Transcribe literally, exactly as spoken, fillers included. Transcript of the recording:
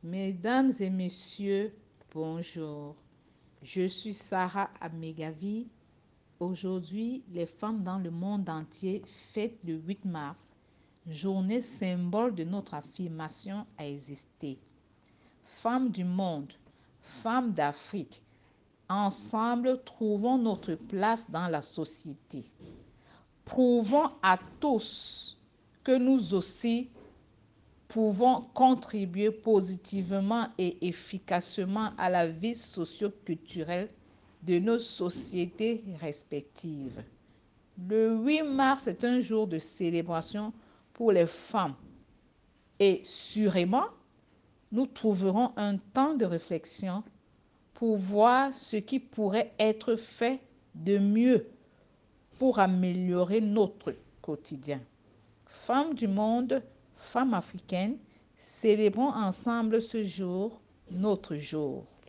Mesdames et messieurs, bonjour. Je suis Sarah Amegavi. Aujourd'hui, les femmes dans le monde entier fêtent le huit mars, journée symbole de notre affirmation à exister. Femmes du monde, femmes d'Afrique, ensemble, trouvons notre place dans la société. Prouvons à tous que nous aussi pouvons contribuer positivement et efficacement à la vie socio-culturelle de nos sociétés respectives. Le huit mars est un jour de célébration pour les femmes et sûrement, nous trouverons un temps de réflexion pour voir ce qui pourrait être fait de mieux pour améliorer notre quotidien. Femmes du monde, femmes africaines, célébrons ensemble ce jour, notre jour.